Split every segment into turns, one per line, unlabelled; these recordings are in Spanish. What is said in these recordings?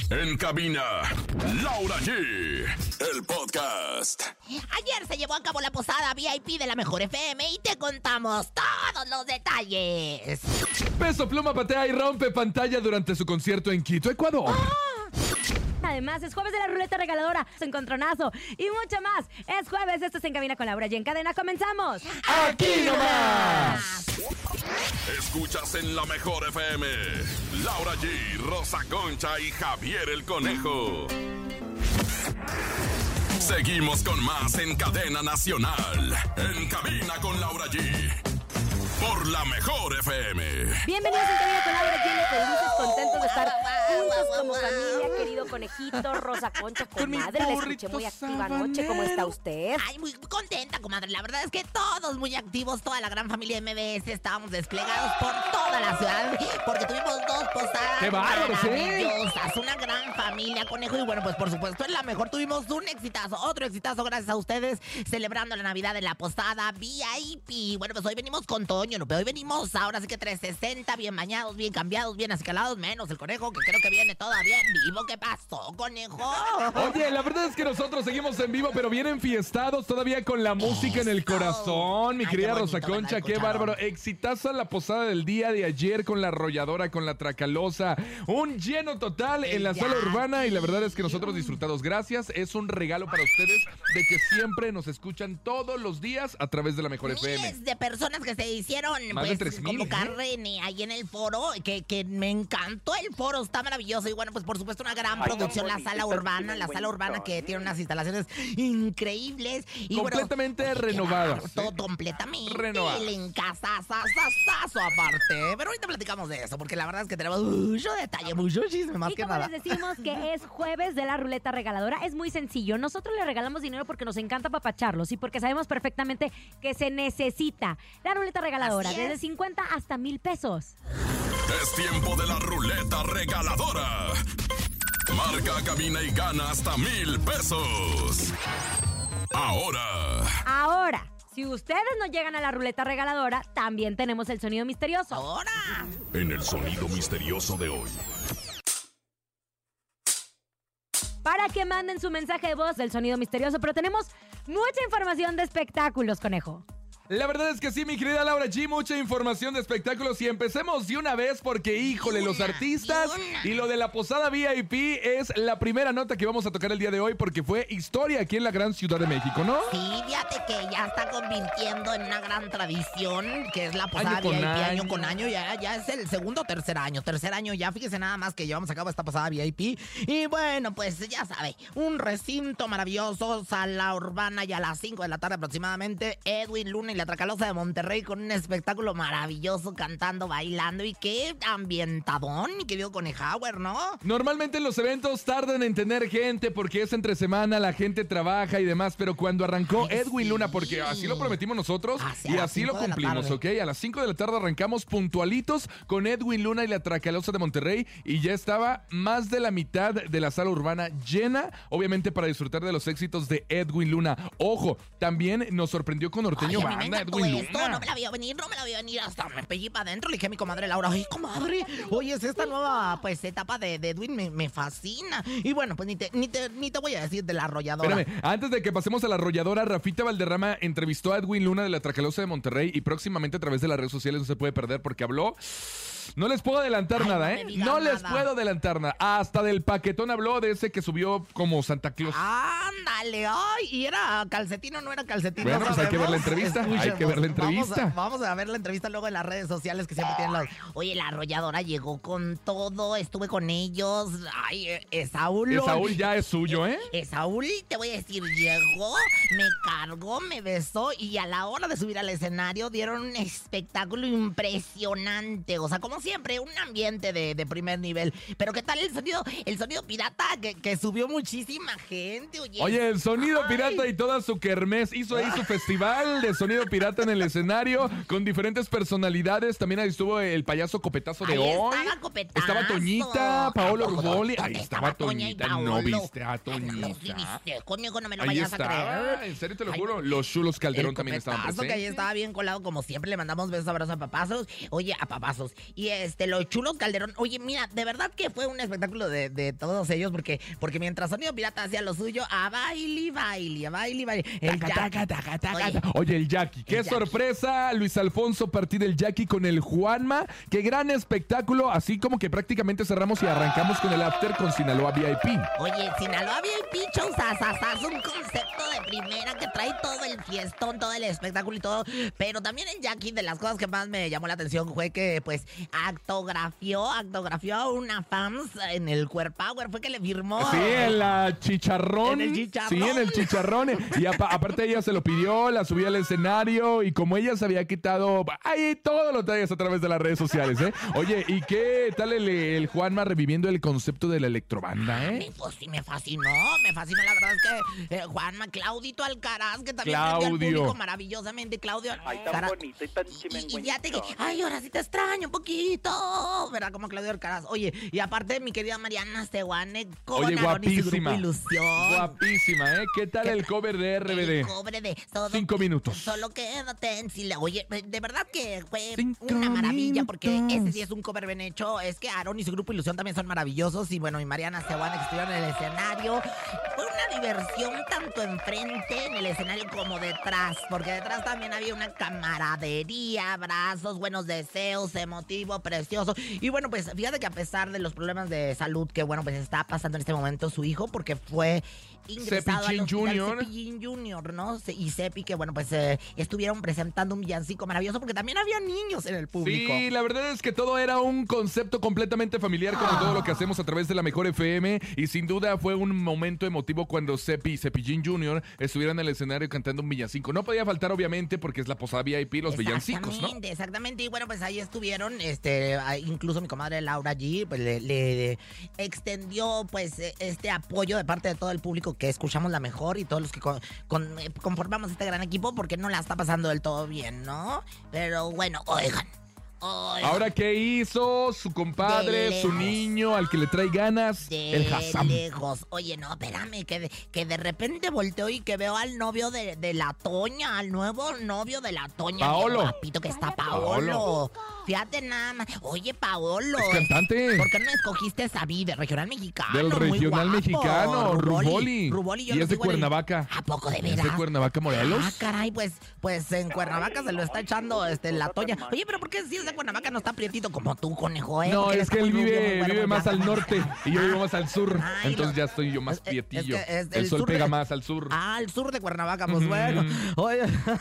En cabina, Laura G. El podcast.
Ayer se llevó a cabo la posada VIP de la Mejor FM y te contamos todos los detalles.
Peso Pluma patea y rompe pantalla durante su concierto en Quito, Ecuador.
Además, es jueves de la ruleta regaladora, su encontronazo y mucho más. Es jueves, esto es En Cabina con Laura y en cadena comenzamos.
¡Aquí nomás!
Escuchas en la Mejor FM. Laura G, Rosa Concha y Javier el Conejo. Seguimos con más en cadena nacional. En cabina con Laura G. Por la Mejor FM.
Bienvenidos a En Cabina con Laura G, felices, contentos de estar juntos como familia, querido conejito, Rosa Concha, comadre. La escuché muy activa anoche, ¿cómo está usted?
Ay, muy contenta, comadre. La verdad es que todos muy activos, toda la gran familia de MBS, estábamos desplegados por toda la ciudad, porque tuvimos dos posadas
¡Qué bárbaro, sí!
maravillosas, una gran familia, conejo. Y bueno, pues por supuesto, en la Mejor tuvimos un exitazo, otro exitazo, gracias a ustedes, celebrando la Navidad en la posada VIP. Bueno, pues hoy venimos con Toño, ¿no? Pero hoy venimos ahora sí que 360, bien bañados, bien cambiados, bien acicalados, menos el conejo, que creo que viene todavía en vivo. ¿Qué pasó, conejo?
Oye, la verdad es que nosotros seguimos en vivo, pero bien enfiestados, todavía con la música en el corazón, mi
Ay,
querida
qué
Rosa
bonito,
Concha,
¿verdad?
qué
Escucharon.
bárbaro. Exitaza la posada del día de ayer con la arrolladora, con la tracalosa. Un lleno total en la sala urbana y la verdad es que nosotros disfrutados. Gracias, es un regalo para ustedes de que siempre nos escuchan todos los días a través de la Mejor FM.
Miles de personas que se hicieron
Más de
pues
3,000,
como carrene ahí en el foro, que me encantó el foro, está maravilloso. Y bueno, pues por supuesto una gran producción, la sala urbana que tiene unas instalaciones increíbles. Y
Completamente
bueno,
renovadas,
todo
¿sí?
completamente
Renovadas.
en casazazazazo aparte. Pero ahorita platicamos de eso, porque la verdad es que tenemos mucho detalle, mucho chisme, más
Y
que
como
nada.
les decimos que es jueves de la ruleta regaladora, es muy sencillo. Nosotros le regalamos dinero porque nos encanta apapacharlos y porque sabemos perfectamente que se necesita. La ruleta regaladora,
Así es.
desde 50 hasta 1,000 pesos.
Es tiempo de la ruleta regaladora. Marca, cabina y gana hasta 1,000 pesos.
Ahora, si ustedes no llegan a la ruleta regaladora, también tenemos el sonido misterioso.
Ahora.
En el sonido misterioso de hoy.
Para que manden su mensaje de voz del sonido misterioso, pero tenemos mucha información de espectáculos, conejo.
La verdad es que sí, mi querida Laura G, mucha información de espectáculos y empecemos de una vez porque, híjole, los artistas y lo de la posada VIP es la primera nota que vamos a tocar el día de hoy porque fue historia aquí en la gran Ciudad de México, ¿no?
Sí, fíjate que ya está convirtiendo en una gran tradición, que es la posada
Año con
VIP
año.
año con año. Ya es el segundo o tercer año. Tercer año ya, fíjese nada más que llevamos a cabo esta posada VIP. Y bueno, pues ya sabe, un recinto maravilloso, sala urbana, y a las 5 de la tarde aproximadamente, Edwin Luna y la Tracalosa de Monterrey con un espectáculo maravilloso, cantando, bailando. Y qué ambientadón, mi querido Conejauer, ¿no?
Normalmente los eventos tardan en tener gente porque es entre semana, la gente trabaja y demás, pero cuando arrancó
Ay,
Edwin
sí.
Luna, porque así lo prometimos nosotros
Así,
y
a las
así lo
5 de la
cumplimos,
tarde.
¿ok? A las 5 de la tarde arrancamos puntualitos con Edwin Luna y la Tracalosa de Monterrey y ya estaba más de la mitad de la sala urbana llena, obviamente para disfrutar de los éxitos de Edwin Luna. Ojo, también nos sorprendió con Norteño
Ay, a mí me
Banda,
encantó
Edwin
esto,
Luna.
no me la veía venir, hasta me pegué para adentro. Le dije a mi comadre Laura, ay, comadre, oye, es esta nueva, pues, etapa de Edwin, me fascina. Y bueno, pues ni te voy a decir de la arrolladora.
Espérame, antes de que pasemos a la arrolladora, Rafita Valderrama entrevistó a Edwin Luna de la Tracalosa de Monterrey y próximamente a través de las redes sociales no se puede perder porque habló. No les puedo adelantar
Ay,
nada,
no me
¿eh?
digas
No les
nada.
puedo adelantar nada. Hasta del paquetón habló de ese que subió como Santa Claus.
Ándale, ay, ¿y era calcetín o no era calcetín?
Bueno,
No
pues hay que ver la
sabemos.
entrevista, hay que ver la entrevista.
Vamos a ver la entrevista luego en las redes sociales que siempre tienen los... Oye, la arrolladora llegó con todo, estuve con ellos. Ay, Esaúl.
Esaúl ya es suyo, ¿eh?
Esaúl, te voy a decir, llegó, me cargó, me besó y a la hora de subir al escenario dieron un espectáculo impresionante. O sea, como siempre, un ambiente de primer nivel. Pero ¿qué tal el sonido? El sonido pirata que subió muchísima gente, oye.
Oye, el sonido
Ay.
pirata y toda su kermés hizo ahí su festival de sonido pirata en el escenario con diferentes personalidades. También ahí estuvo el payaso Copetazo de
Ahí
hoy.
estaba Copetazo.
Estaba Toñita, Paolo
¿A poco?
Ruboli.
¿Dónde
Ahí estaba
Toña y
Toñita.
Paolo?
¿No viste a
No, sí
Toñita?
viste, conmigo no me lo
Ahí
vayas a
estaba,
creer.
en serio te lo
Ay,
juro. Los chulos Calderón
el
también estaban
Copetazo, que ahí
presentes.
estaba bien colado como siempre. Le mandamos besos, abrazos a papazos. Oye, a papazos. y los Chulos Calderón. Oye, mira, de verdad que fue un espectáculo de todos ellos, porque mientras Sonido Pirata hacía lo suyo, a baile. El Jackie.
Oye, el Jackie. Qué sorpresa, Luis Alfonso, partir del Jackie con el Juanma. Qué gran espectáculo. Así como que prácticamente cerramos y arrancamos con el after con Sinaloa VIP.
Oye, Sinaloa VIP, es un concepto de primera que trae todo el fiestón, todo el espectáculo y todo. Pero también el Jackie, de las cosas que más me llamó la atención fue que, pues, autografió a una fans en el Power. Fue que le firmó.
Sí, en la chicharrón.
En el chicharrón.
Sí, en el chicharrón. Y aparte ella se lo pidió, la subió al escenario y como ella se había quitado, ahí todo lo traes a través de las redes sociales, ¿eh? Oye, ¿y qué tal el Juanma reviviendo el concepto de la electrobanda, eh?
Pues sí, me fascinó. La verdad es que Juanma, Claudito Alcaraz, que también atendió al público maravillosamente. Claudio.
Ay, tan bonito y tan
y fíjate que, ay, ahora sí te extraño un poquito, ¿verdad? Como Claudio Alcaraz. Oye, y aparte mi querida Mariana Seguane con
Oye, guapísima.
Ilusión.
Guapísima, ¿eh? ¿Qué tal el cover de RBD?
El cover de
5 minutos.
Solo quédate en silencio. Oye, de verdad que fue una maravilla, porque ese sí es un cover bien hecho. Es que Aaron y su grupo Ilusión también son maravillosos. Y bueno, y Mariana Seguane que estuvieron en el escenario. Fue una diversión tanto enfrente en el escenario como detrás, porque detrás también había una camaradería, abrazos, buenos deseos, emotivo, precioso. Y bueno, pues fíjate que a pesar de los problemas de salud que, bueno, pues está pasando en este momento su hijo, porque fue ingresado al hospital Cepillín Junior, ¿no? Y Cepi, que bueno, pues estuvieron presentando un villancico maravilloso, porque también había niños en el público.
Sí, la verdad es que todo era un concepto completamente familiar, como todo lo que hacemos a través de la Mejor FM, y sin duda fue un momento emotivo cuando Cepi y Cepillín Junior estuvieron en el escenario cantando un villancico. No podía faltar, obviamente, porque es la posada VIP, los villancicos, ¿no?
Exactamente, y bueno, pues ahí estuvieron, incluso mi comadre Laura G, pues le extendió, pues, este apoyo de parte de todo el público que escuchamos La Mejor y todos los que conformamos este gran equipo, porque no la está pasando del todo bien, ¿no? Pero bueno, oigan.
Ahora, ¿qué hizo su compadre, su niño, al que le trae ganas? El Hassam.
Lejos. Oye, no, espérame, que de repente volteo y que veo al novio de la Toña, al nuevo novio de la Toña.
Paolo.
Qué guapito que está Paolo. Fíjate nada más. Oye, Paolo.
Es cantante.
¿Por qué no escogiste esa vida? Regional mexicano.
Del regional mexicano, Ruboli.
Yo
y es de Cuernavaca.
¿A poco de veras?
Es de Cuernavaca, Morelos.
Ah, caray, pues en Cuernavaca se lo está echando la Toña. Oye, pero ¿por qué si es de Cuernavaca no está prietito como tú, conejo, eh?
No, es que él vive más al norte y yo vivo más al sur.
Ay,
Entonces ya estoy yo más prietillo.
El
sol pega más al sur.
Ah, al sur de Cuernavaca, pues bueno. Oye.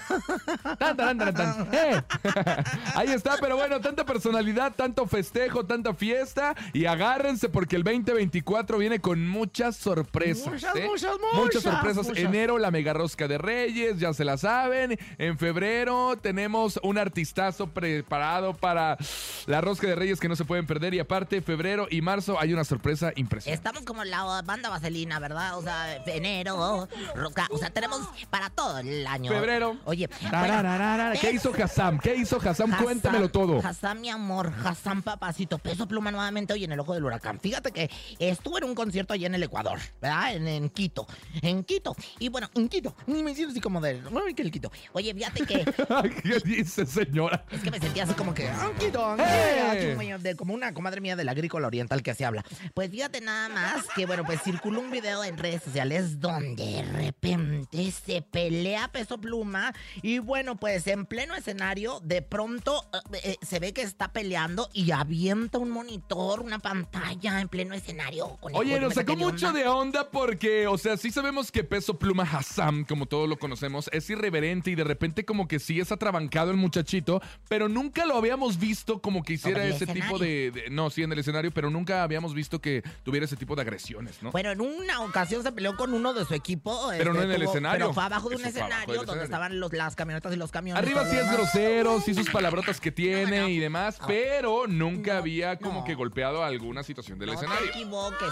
Ahí está, pero bueno, tanta personalidad, tanto festejo, tanta fiesta. Y agárrense porque el 2024 viene con muchas sorpresas. Muchas sorpresas. Enero, la mega rosca de Reyes, ya se la saben. En febrero tenemos un artistazo preparado para la rosca de Reyes que no se pueden perder. Y aparte, febrero y marzo hay una sorpresa impresionante.
Estamos como la banda Vaselina, ¿verdad? O sea, enero, rosca. O sea, tenemos para todo el año.
Febrero.
Oye,
¿qué hizo Hassam? Cuéntamelo todo.
Hassam, mi amor, Hassam, papacito. Peso Pluma nuevamente hoy en el ojo del huracán. Fíjate que estuve en un concierto allá en el Ecuador, ¿verdad? En Quito. Y bueno, en Quito. Ni me siento así como de... Ay, que el Quito. Oye, fíjate que...
¿Qué dice, señora?
Es que me sentía así como que... Quito. Como una comadre mía del agrícola oriental que así habla. Pues fíjate nada más que, bueno, pues circuló un video en redes sociales donde de repente se pelea Peso Pluma y bueno, pues en pleno escenario de pronto se ve que está peleando y avienta un monitor, una pantalla en pleno escenario.
Oye, nos sacó mucho de onda porque, o sea, sí sabemos que Peso Pluma Hassam, como todos lo conocemos, es irreverente y de repente como que sí es atrabancado el muchachito, pero nunca lo habíamos visto como que hiciera ese tipo de... No, sí, en el escenario, pero nunca habíamos visto que tuviera ese tipo de agresiones, ¿no?
Bueno, en una ocasión se peleó con uno de su equipo.
Pero no en el escenario.
Pero fue abajo de un escenario donde estaban las camionetas y los camiones.
Arriba sí es grosero, sí sus palabrotas que tiene y demás, pero nunca había como que golpeado alguna situación del escenario.
No te equivoques,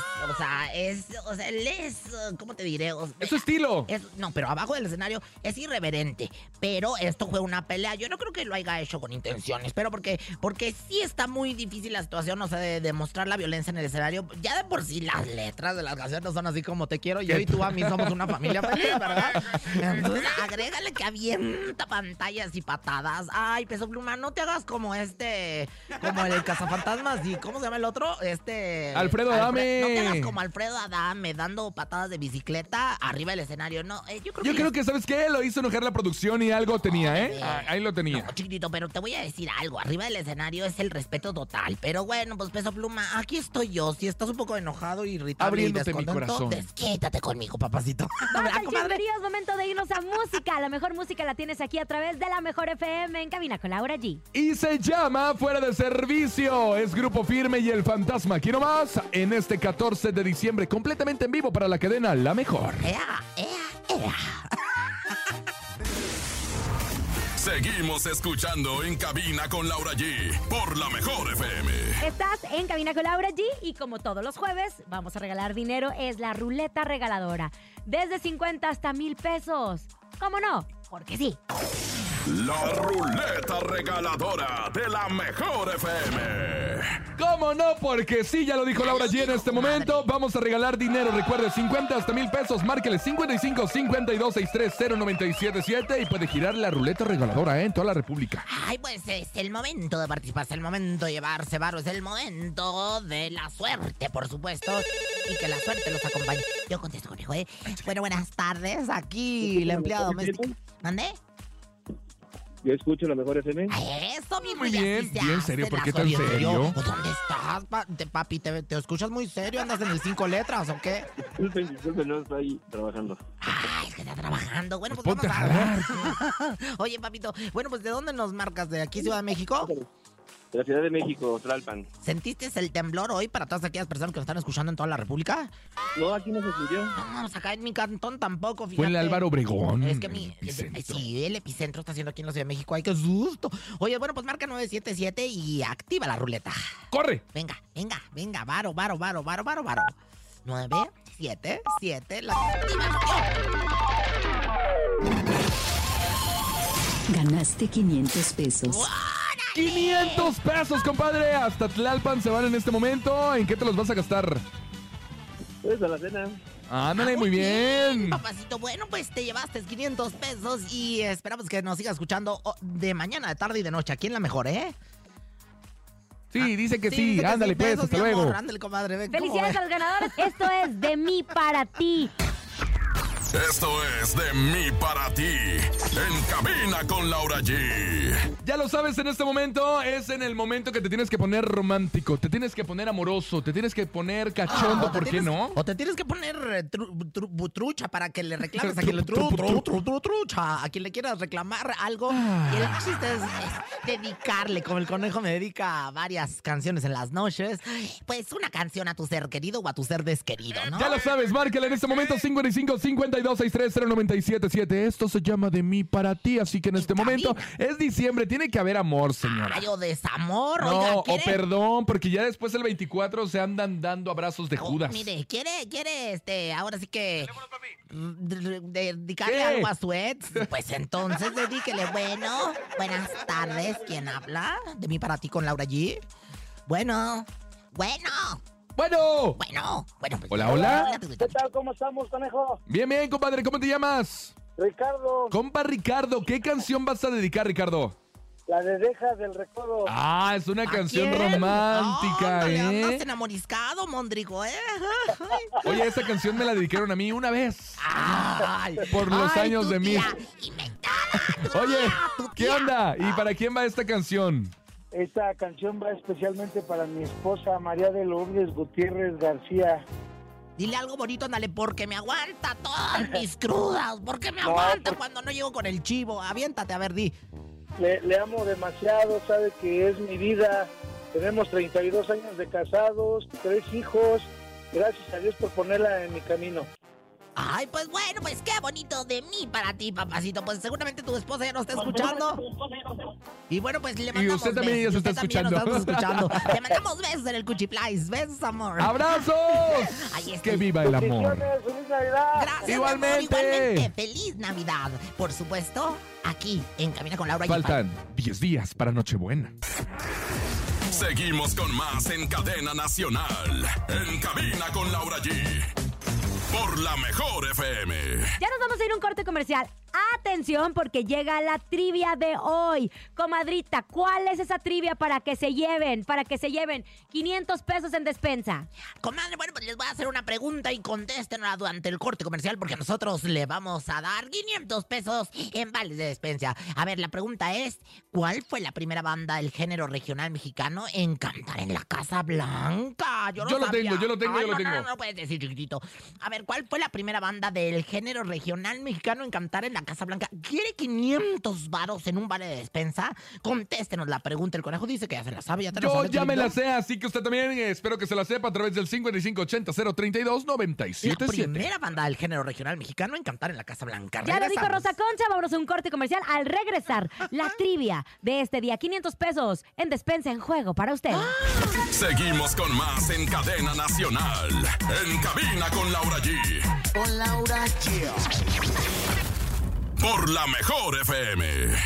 él es, ¿cómo te diré?
Es su estilo.
No, pero abajo del escenario es irreverente, pero esto fue una pelea. Yo no creo que lo haya hecho con intenciones, pero porque sí está muy difícil la situación, o sea, de demostrar la violencia en el escenario. Ya de por sí las letras de las canciones son así como te quiero yo y tú a mí somos una familia feliz, ¿verdad? Entonces agrégale que avienta pantallas y patadas. Ay, Peso Pluma, no te hagas como como el cazafantasmas y ¿cómo se llama el otro?
Alfredo Adame.
No te hagas como Alfredo Adame dando patadas de bicicleta arriba del escenario, no. Yo creo que
¿sabes qué? Lo hizo enojar la producción y algo tenía, ¿eh? Ahí lo tenía.
No, chiquitito, pero te voy a decir algo. Arriba del escenario es el respeto total. Pero bueno, pues Peso Pluma, aquí estoy yo. Si estás un poco enojado, irritable
abriéndote
y
mi corazón,
desquítate conmigo, papacito.
Basta, chimbrío, es momento de irnos a música. La mejor música la tienes aquí a través de La Mejor FM en Cabina con Laura G.
Y se llama Fuera de Servicio. Es Grupo Firme y El Fantasma. Aquí nomás, en este 14 de diciembre, completamente en vivo para la cadena La Mejor.
¡Ea!
Seguimos escuchando en Cabina con Laura G por La Mejor FM.
Estás en Cabina con Laura G y como todos los jueves vamos a regalar dinero. Es la ruleta regaladora. Desde 50 hasta 1,000 pesos. ¿Cómo no? Porque sí.
La ruleta regaladora de La Mejor FM.
¿Cómo no? Porque sí, ya lo dijo Laura G en este momento. Vamos a regalar dinero. Recuerde, 50 hasta 1,000 pesos. Márquele 55 52 63 0977 y puede girar la ruleta regaladora en toda la República.
Ay, pues es el momento de participar, es el momento de llevarse varo, es el momento de la suerte, por supuesto. Y que la suerte los acompañe. Yo contesto, conejo, ¿eh? Bueno, buenas tardes. Aquí la empleada doméstica. ¿Mandé?
Yo escucho La Mejor FM.
Eso, mi
Muy bien, bien serio. ¿Por qué tan serio?
¿Dónde estás, papi? ¿Te escuchas muy serio? ¿Andas en el 5 letras o qué?
Disculpen, no estoy trabajando.
Ay, es que está trabajando. Bueno, pues
Ponte
vamos
a jalar.
Oye, papito, bueno, pues ¿de dónde nos marcas? ¿De aquí, Ciudad de México?
De la Ciudad de México, Tlalpan.
¿Sentiste el temblor hoy para todas aquellas personas que nos están escuchando en toda la República?
No, aquí no se sintió.
No, acá en mi cantón tampoco, fíjate.
Fue el Álvaro Obregón.
Es que
el epicentro.
sí, el epicentro está haciendo aquí en la Ciudad de México. ¡Ay, qué susto! Oye, bueno, pues marca 977 y activa la ruleta.
¡Corre!
Venga, varo. 977, la activación.
Ganaste 500 pesos.
500 pesos, compadre. Hasta Tlalpan se van en este momento. ¿En qué te los vas a gastar?
Pues a la cena.
Ándale, muy bien.
Papacito, bueno, pues te llevaste 500 pesos y esperamos que nos sigas escuchando de mañana, de tarde y de noche. Aquí en La Mejor, ¿eh?
Sí, dice que sí.
dice que
Ándale,
sí,
pues,
besos,
hasta
mi
luego.
amor. Ándale, comadre. Ven, ¿cómo
Felicidades
ves?
a los ganadores. Esto es De mí para ti.
Esto es De mí para ti. En Cabina con Laura G.
Ya lo sabes, en este momento es en el momento que te tienes que poner romántico, te tienes que poner amoroso, te tienes que poner cachondo,
O te
¿por qué
tienes-
no?
O te tienes que poner trucha para que le reclames a quien le trucha, a quien le quieras reclamar algo. Y el chiste es dedicarle, como el conejo me dedica varias canciones en las noches, pues una canción a tu ser querido o a tu ser desquerido, ¿no?
Ya lo sabes, márcale en este momento 55 52 63 0977. Esto se llama De mí para ti, así que en este momento es diciembre, tiene que haber amor, señora.
Ay, o desamor,
No,
oiga,
o
¿quiere?
perdón, porque ya después el 24 se andan dando abrazos de
Oh,
Judas.
mire, quiere, ahora sí que dedicarle
¿Qué?
algo a su ex. Pues entonces dedíquele, buenas tardes, ¿quién habla? De mí para ti con Laura G. Bueno.
Bueno.
Pues,
Hola.
¿Qué tal? ¿Cómo estamos, conejo?
Bien, bien, compadre, ¿cómo te llamas?
Ricardo,
Compa Ricardo, ¿qué canción vas a dedicar, Ricardo?
la de Deja del Recodo.
Ah, es una
¿A
canción
quién?
romántica,
Ándale, andas
¿eh?
enamoriscado, Mondrigo, ¿eh?
Oye, esa canción me la dedicaron a mí una vez.
Ay,
Por los
ay,
años
tu
de mí.
tía, inventada, tu
Oye,
tía, tu
¿qué
tía.
onda? ¿Y para quién va esta canción?
Esta canción va especialmente para mi esposa María de Lourdes Gutiérrez García.
Dile algo bonito, ándale, porque me aguanta todas mis crudas. Porque me
No,
aguanta
por-
cuando no llego con el chivo. Aviéntate, a ver, di.
Le amo demasiado, sabe que es mi vida. Tenemos 32 años de casados, 3 hijos. Gracias a Dios por ponerla en mi camino.
Ay, pues bueno, pues qué bonito de mí para ti, papacito. Pues seguramente tu esposa ya nos está escuchando. Y bueno, pues le mandamos
usted también ya se está
Usted también nos
escuchando.
Le mandamos besos en el Cuchiplais. Besos, amor.
¡Abrazos!
Ahí está.
¡Que viva el amor!
Bendiciones, feliz Navidad.
Gracias, mi
Igualmente.
amor, igualmente. Feliz Navidad. Por supuesto, aquí en Cabina con Laura y
Faltan 10 días para Nochebuena.
Seguimos con más en Cadena Nacional. En Cabina con Laura G. Por La Mejor FM.
Ya nos vamos a ir a un corte comercial. Atención, porque llega la trivia de hoy. Comadrita, ¿cuál es esa trivia para que se lleven 500 pesos en despensa?
Comadre, bueno, pues les voy a hacer una pregunta y contéstenla durante el corte comercial porque nosotros le vamos a dar 500 pesos en vales de despensa. A ver, la pregunta es, ¿cuál fue la primera banda del género regional mexicano en cantar en la Casa Blanca?
Yo lo tengo.
No puedes decir, chiquitito. A ver, ¿cuál fue la primera banda del género regional mexicano en cantar en la Casa Blanca? ¿Quiere 500 varos en un vale de despensa? Contéstenos la pregunta. El conejo dice que ya se la sabe.
Yo ya me la sé, así que usted también espero que se la sepa a través del 5580-032-977.
La primera banda del género regional mexicano en cantar en la Casa Blanca.
Ya lo dijo Rosa Concha, vámonos a un corte comercial. Al regresar, la trivia de este día, 500 pesos en despensa en juego para usted.
Seguimos con más en Cadena Nacional. En cabina con Laura G.
Con Laura G.
Por la mejor FM.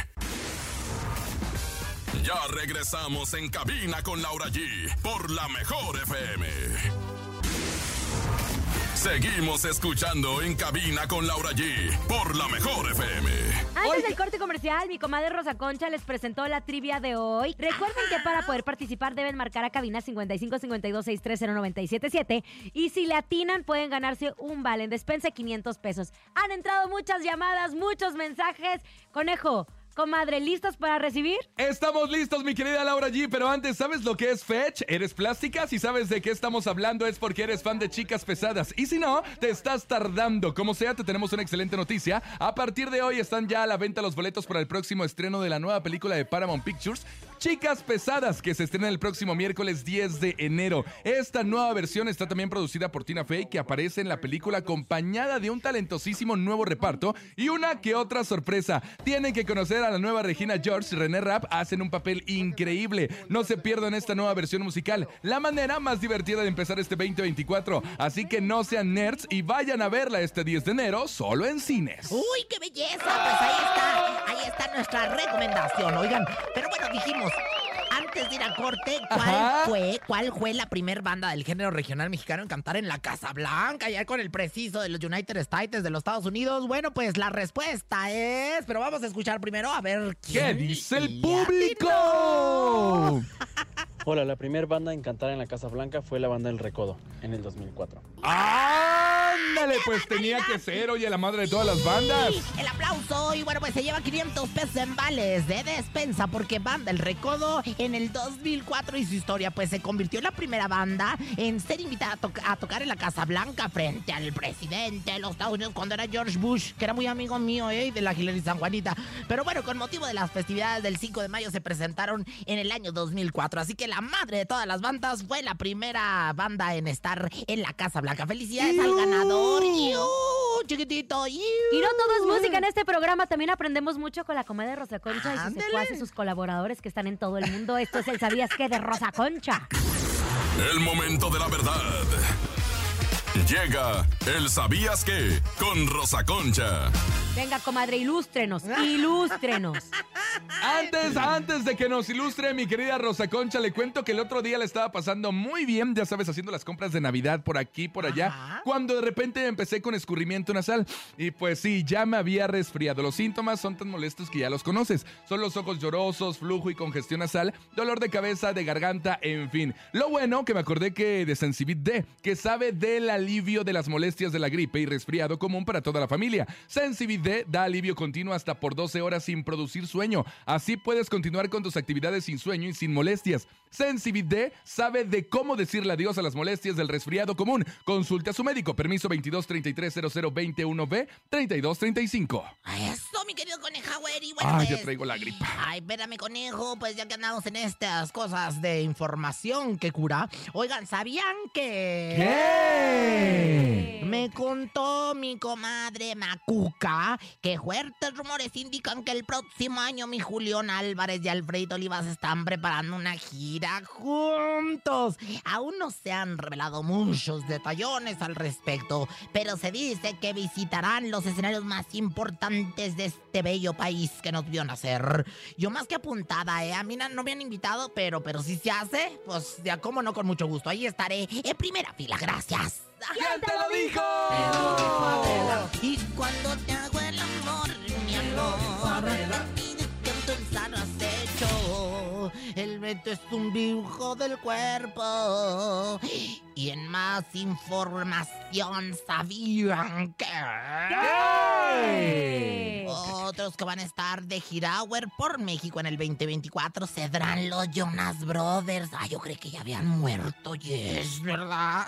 Ya regresamos en cabina con Laura G. Por la mejor FM. Seguimos escuchando en cabina con Laura G. Por la mejor FM.
Antes del corte comercial, mi comadre Rosa Concha les presentó la trivia de hoy. Recuerden que para poder participar deben marcar a cabina 5552-630-977 y si le atinan pueden ganarse un vale en despensa de 500 pesos. Han entrado muchas llamadas, muchos mensajes. Conejo, comadre, ¿listos para recibir?
Estamos listos, mi querida Laura G, pero antes, ¿sabes lo que es Fetch? ¿Eres plástica? Si sabes de qué estamos hablando es porque eres fan de chicas pesadas. Y si no, te estás tardando. Como sea, te tenemos una excelente noticia. A partir de hoy están ya a la venta los boletos para el próximo estreno de la nueva película de Paramount Pictures, Chicas Pesadas, que se estrena el próximo miércoles 10 de enero. Esta nueva versión está también producida por Tina Fey, que aparece en la película acompañada de un talentosísimo nuevo reparto y una que otra sorpresa. Tienen que conocer a la nueva Regina George y René Rapp, hacen un papel increíble. No se pierdan esta nueva versión musical, la manera más divertida de empezar este 2024. Así que no sean nerds y vayan a verla este 10 de enero solo en cines.
¡Uy, qué belleza! Pues ahí está nuestra recomendación, oigan. Pero bueno, dijimos, antes de ir a corte, ¿cuál fue la primer banda del género regional mexicano en cantar en la Casa Blanca, allá con el preciso de los United States de los Estados Unidos? Bueno, pues la respuesta es... Pero vamos a escuchar primero a ver
¿qué dice el público?
Hola, la primera banda en cantar en la Casa Blanca fue la banda El Recodo, en el 2004.
¡Ándale! Pues tenía que ser, oye, la madre de todas las bandas.
El aplauso, y bueno, pues se lleva 500 pesos en vales de despensa porque Banda El Recodo en el 2004 y su historia pues se convirtió en la primera banda en ser invitada a tocar en la Casa Blanca frente al presidente de los Estados Unidos cuando era George Bush, que era muy amigo mío, de la Hillary San Juanita. Pero bueno, con motivo de las festividades del 5 de mayo se presentaron en el año 2004, así que la madre de todas las bandas fue la primera banda en estar en la Casa Blanca. ¡Felicidades al ganador! Chiquitito.
Y no todo es música en este programa, también aprendemos mucho con la comadre Rosa Concha y sus secuaces, sus colaboradores que están en todo el mundo. Esto es el ¿Sabías qué? De Rosa Concha.
El momento de la verdad. Llega el ¿Sabías qué? Con Rosa Concha.
Venga, comadre, ilústrenos.
Antes de que nos ilustre mi querida Rosa Concha, le cuento que el otro día le estaba pasando muy bien, ya sabes, haciendo las compras de Navidad por aquí, por allá, cuando de repente empecé con escurrimiento nasal. Y pues sí, ya me había resfriado. Los síntomas son tan molestos que ya los conoces. Son los ojos llorosos, flujo y congestión nasal, dolor de cabeza, de garganta, en fin. Lo bueno que me acordé que de Sensibit D, que sabe del alivio de las molestias de la gripe y resfriado común para toda la familia. Sensibit D da alivio continuo hasta por 12 horas sin producir sueño. Así puedes continuar con tus actividades sin sueño y sin molestias. Sensibit D sabe de cómo decirle adiós a las molestias del resfriado común. Consulte a su médico. Permiso 22330021B 3235.
Eso, mi querido Conejauer. Y bueno,
pues, ya traigo la gripa.
Ay, espérame, conejo. Pues ya que andamos en estas cosas de información que cura. Oigan, ¿sabían que...
¿Qué?
Me contó mi comadre Macuca que fuertes rumores indican que el próximo año mi Julián Álvarez y Alfredito Olivas están preparando una gira juntos. Aún no se han revelado muchos detallones al respecto, pero se dice que visitarán los escenarios más importantes de este bello país que nos vio nacer. Yo más que apuntada, a mí no me han invitado, pero si se hace, pues ya cómo no, con mucho gusto. Ahí estaré en primera fila, gracias.
¿Quién te lo dijo?
Y cuando te hago el amor Esto es un dibujo del cuerpo. Y en más información, ¿sabían que?
¿Qué?
Otros que van a estar de Girauer por México en el 2024 serán los Jonas Brothers. Ay, yo creí que ya habían muerto, yes, ¿verdad?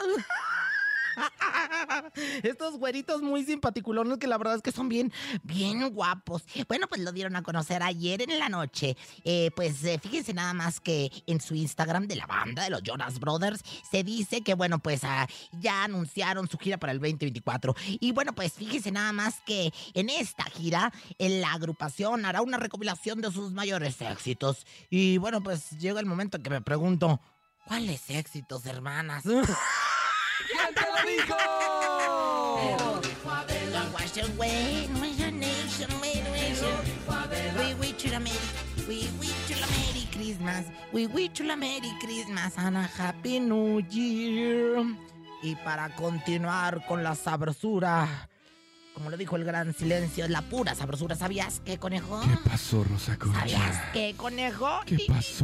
Estos güeritos muy simpaticulones que la verdad es que son bien guapos. Bueno, pues lo dieron a conocer ayer en la noche. Fíjense nada más que en su Instagram de la banda de los Jonas Brothers se dice que, bueno, pues ya anunciaron su gira para el 2024. Y bueno, pues fíjense nada más que en esta gira la agrupación hará una recopilación de sus mayores éxitos. Y bueno, pues llega el momento en que me pregunto, ¿cuáles éxitos, hermanas?
¿Quién te lo dijo?
Wash away, imagination, we wish you a Merry Christmas, we wish you a Merry Christmas and a Happy New Year. Y para continuar con la sabrosura, como lo dijo el gran Silencio, es la pura sabrosura. ¿Sabías qué, conejo?
¿Qué pasó, Rosa Concha?
¿Sabías qué, conejo?
¿Qué pasó?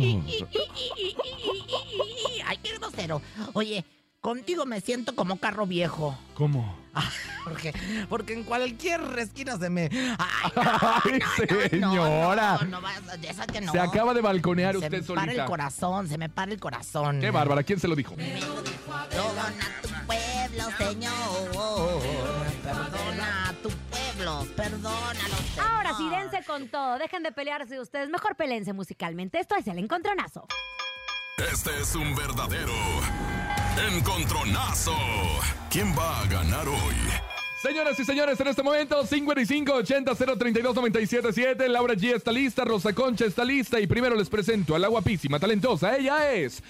Ay, qué grosero. Oye, contigo me siento como carro viejo.
¿Cómo?
Porque en cualquier esquina se me... ¡Ay,
Ay, señora!
No, esa que no.
Se acaba de balconear usted
Se me para
solita.
el corazón, se me para el corazón.
¡Qué bárbara! ¿Quién se lo dijo?
Perdona a tu pueblo, Señor. Perdona a tu pueblo, perdónalo, Señor.
Ahora sí, dense con todo. Dejen de pelearse ustedes. Mejor pelense musicalmente. Esto es el encontronazo.
Este es un verdadero encontronazo. ¿Quién va a ganar hoy?
Señoras y señores, en este momento 5580-032-977. Laura G está lista, Rosa Concha está lista y primero les presento a la guapísima, talentosa. Ella es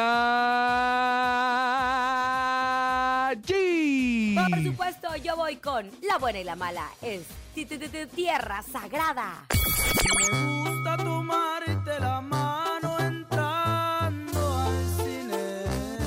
Laura G.
Por supuesto, yo voy con la buena y la mala. Es Tierra Sagrada.
Me gusta tomarte la mano entrando al cine,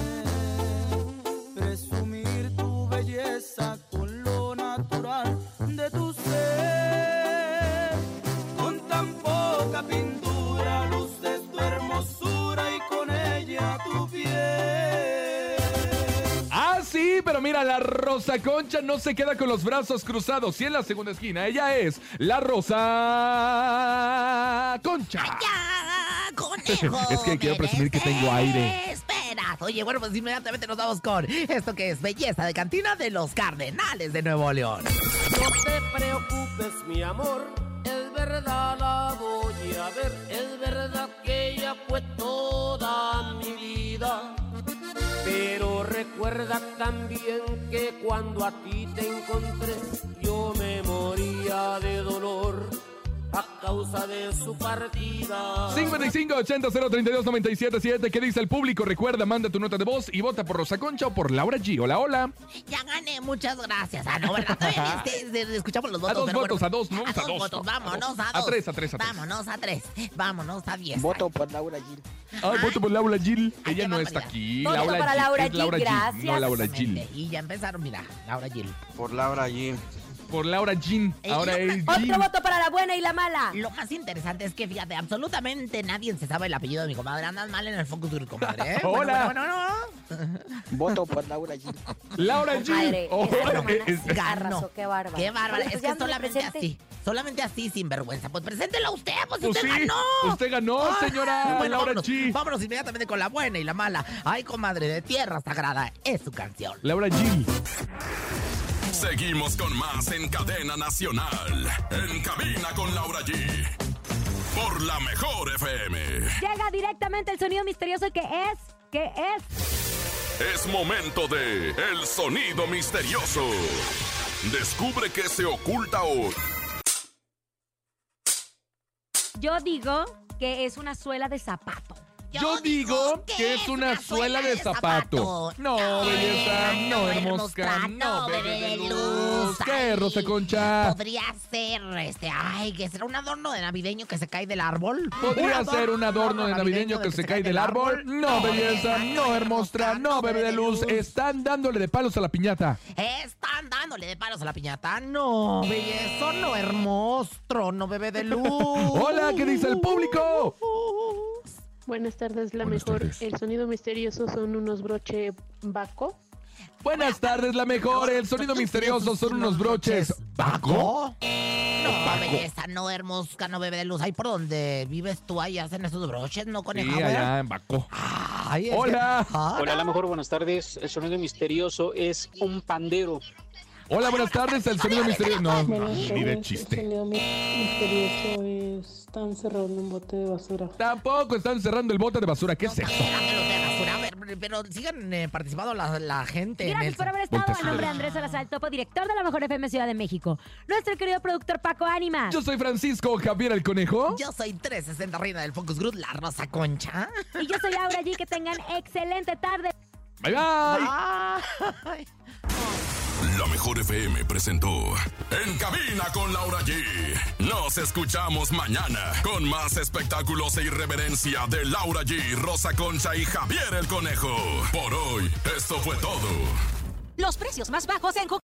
presumir tu belleza con lo natural de tu ser, con tan poca pintura luces tu hermosura y con ella tu piel.
Ah, sí, pero mira, la Rosa Concha no se queda con los brazos cruzados. Y en la segunda esquina, ella es la Rosa Concha.
¡Ya, conejo!
Es que quiero presumir que tengo aire.
Espera. Oye, bueno, pues inmediatamente nos vamos con esto que es Belleza de Cantina de los Cardenales de Nuevo León.
No te preocupes, mi amor, es verdad la voy a ver, es verdad que ella fue toda mi vida. Pero recuerda también que cuando a ti te encontré, yo me moría de dolor a causa de su partida.
5580-032-977. ¿Qué dice el público? Recuerda, manda tu nota de voz y vota por Rosa Concha o por Laura G. Hola, hola.
Ya gané, muchas gracias. Ah, no, ¿verdad? Todavía escuchamos los votos.
A dos
pero
votos,
bueno,
a dos, no,
a dos votos. Vámonos a dos.
A tres.
Vámonos a tres. Vámonos a 10.
Voto por Laura Gil.
Ay, voto por Laura Gil.
Ay,
Ella
qué
no está
barbaridad.
aquí.
Voto para Laura
es
Gil,
Laura Gil,
gracias.
no Laura Gil.
Exactamente. Y ya empezaron, mira, Laura Gil.
Por Laura Gil.
Por Laura Gil. Ahora es
Otro
Gil.
voto para la buena y la mala.
Lo más interesante es que, fíjate, absolutamente nadie se sabe el apellido de mi comadre. Andas mal en el focus group, comadre. ¿Eh?
Hola.
Bueno.
Voto por Laura Gil.
Laura Gil.
Madre,
Oh,
esa hermana
es-
sí arrasó, qué bárbara.
Qué bárbara.
Oye,
Es
pues
que
ya no le
solamente
presente.
así. Solamente así, sin vergüenza. Pues preséntela usted, pues
Pues
usted
sí,
ganó.
usted ganó, señora
Bueno,
Laura
vámonos,
G.
vámonos inmediatamente con la buena y la mala. Ay, comadre, de Tierra Sagrada es su canción.
Laura Gil.
Seguimos con más en Cadena Nacional. En cabina con Laura G. Por la mejor FM.
Llega directamente el sonido misterioso que es...
Es momento de El Sonido Misterioso. Descubre qué se oculta hoy.
Yo digo que es una suela de zapato.
Yo digo que es una suela de zapato. No, belleza, no, hermosa, no, bebé de luz. ¿Qué,
Ay,
Rosa Concha?
Podría ser, que será un adorno de navideño que se cae del árbol.
¿Podría ser un adorno de navideño que se cae del árbol? No, belleza, no, hermosa, no, bebé de luz. Están dándole de palos a la piñata.
Están dándole de palos a la piñata. No, belleza, no, hermoso, no, bebé de luz.
Hola, ¿qué dice el público?
Buenas tardes, la
Buenas
mejor.
tardes.
El sonido misterioso son unos broche Baco.
Buenas tardes, la mejor. El sonido misterioso son unos broches. ¿Baco?
No, belleza, no, hermosa, no, bebé de luz. Ahí por donde vives tú, ahí hacen esos broches, ¿no, coneja?
Sí, allá en Baco.
Ay, es
Hola.
que- Ay,
Hola, la mejor, buenas tardes. El sonido misterioso es un pandero.
Hola, buenas tardes. El sonido misterioso. No, ni de
El
chiste.
sonido misterioso es tan cerrado en un bote de basura.
Tampoco están cerrando el bote de basura. ¿Qué es eso?
espérate, los de basura. A ver, pero sigan participando la gente. en
Gracias
el-
por haber estado.
Vueltas
El nombre de
y
Andrés Salazar, el topo director de la Mejor FM Ciudad de México. Nuestro querido productor Paco Ánimas.
Yo soy Francisco Javier el Conejo.
Yo soy 360 reina del Focus Group, la Rosa Concha.
Y yo soy Laura G. Que tengan excelente tarde.
Bye, bye.
Ay.
La Mejor FM presentó En Cabina con Laura G. Nos escuchamos mañana con más espectáculos e irreverencia de Laura G, Rosa Concha y Javier el Conejo. Por hoy, esto fue todo.
Los precios más bajos en